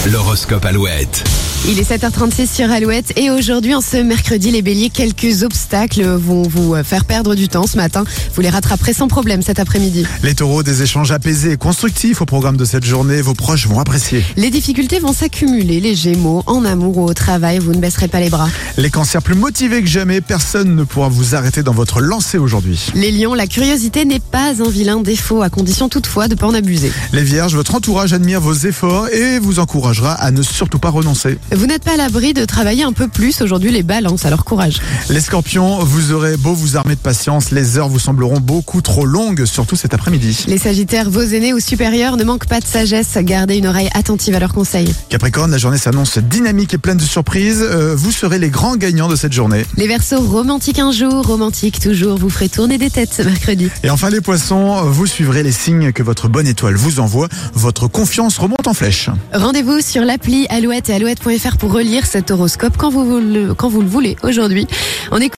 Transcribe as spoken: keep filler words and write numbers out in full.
L'horoscope Alouette. Il est sept heures trente-six sur Alouette et aujourd'hui, en ce mercredi, les béliers, quelques obstacles vont vous faire perdre du temps ce matin. Vous les rattraperez sans problème cet après-midi. Les taureaux, des échanges apaisés et constructifs au programme de cette journée. Vos proches vont apprécier. Les difficultés vont s'accumuler. Les gémeaux, en amour ou au travail, vous ne baisserez pas les bras. Les cancers, plus motivés que jamais, personne ne pourra vous arrêter dans votre lancée aujourd'hui. Les lions, la curiosité n'est pas un vilain défaut, à condition toutefois de ne pas en abuser. Les vierges, votre entourage admire vos efforts et vous encouragera à ne surtout pas renoncer. Vous n'êtes pas à l'abri de travailler un peu plus aujourd'hui, les balances, alors courage. Les scorpions, vous aurez beau vous armer de patience, les heures vous sembleront beaucoup trop longues, surtout cet après-midi. Les sagittaires, vos aînés ou supérieurs ne manquent pas de sagesse, gardez une oreille attentive à leurs conseils. Capricorne, la journée s'annonce dynamique et pleine de surprises, euh, vous serez les grands gagnants de cette journée. Les Verseaux, romantique un jour, romantique toujours, vous ferez tourner des têtes ce mercredi. Et enfin les poissons, vous suivrez les signes que votre bonne étoile vous envoie, votre confiance remonte en flèche. Rendez-vous sur l'appli Alouette et alouette point f r pour relire cet horoscope quand vous, le, quand vous le voulez aujourd'hui. On écoute